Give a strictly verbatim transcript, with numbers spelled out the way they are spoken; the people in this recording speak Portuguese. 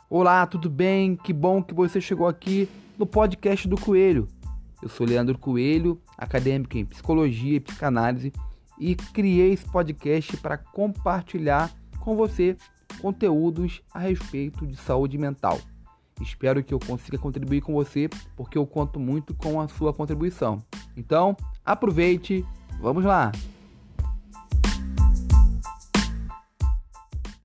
Olá, tudo bem? Que bom que você chegou aqui no podcast do Coelho. Eu sou Leandro Coelho, acadêmico em Psicologia e Psicanálise, e criei esse podcast para compartilhar com você conteúdos a respeito de saúde mental. Espero que eu consiga contribuir com você, porque eu conto muito com a sua contribuição. Então, aproveite, vamos lá!